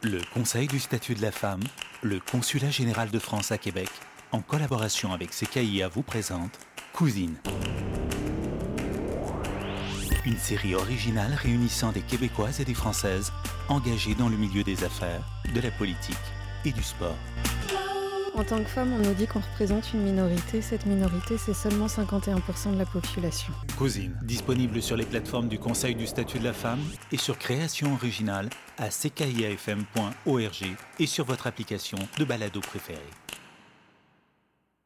Le Conseil du statut de la femme, le Consulat général de France à Québec, en collaboration avec CKIA vous présente Cousine. Une série originale réunissant des Québécoises et des Françaises engagées dans le milieu des affaires, de la politique et du sport. En tant que femme, on nous dit qu'on représente une minorité. Cette minorité, c'est seulement 51% de la population. Cousine, disponible sur les plateformes du Conseil du statut de la femme et sur Création originale à ckiafm.org et sur votre application de balado préférée.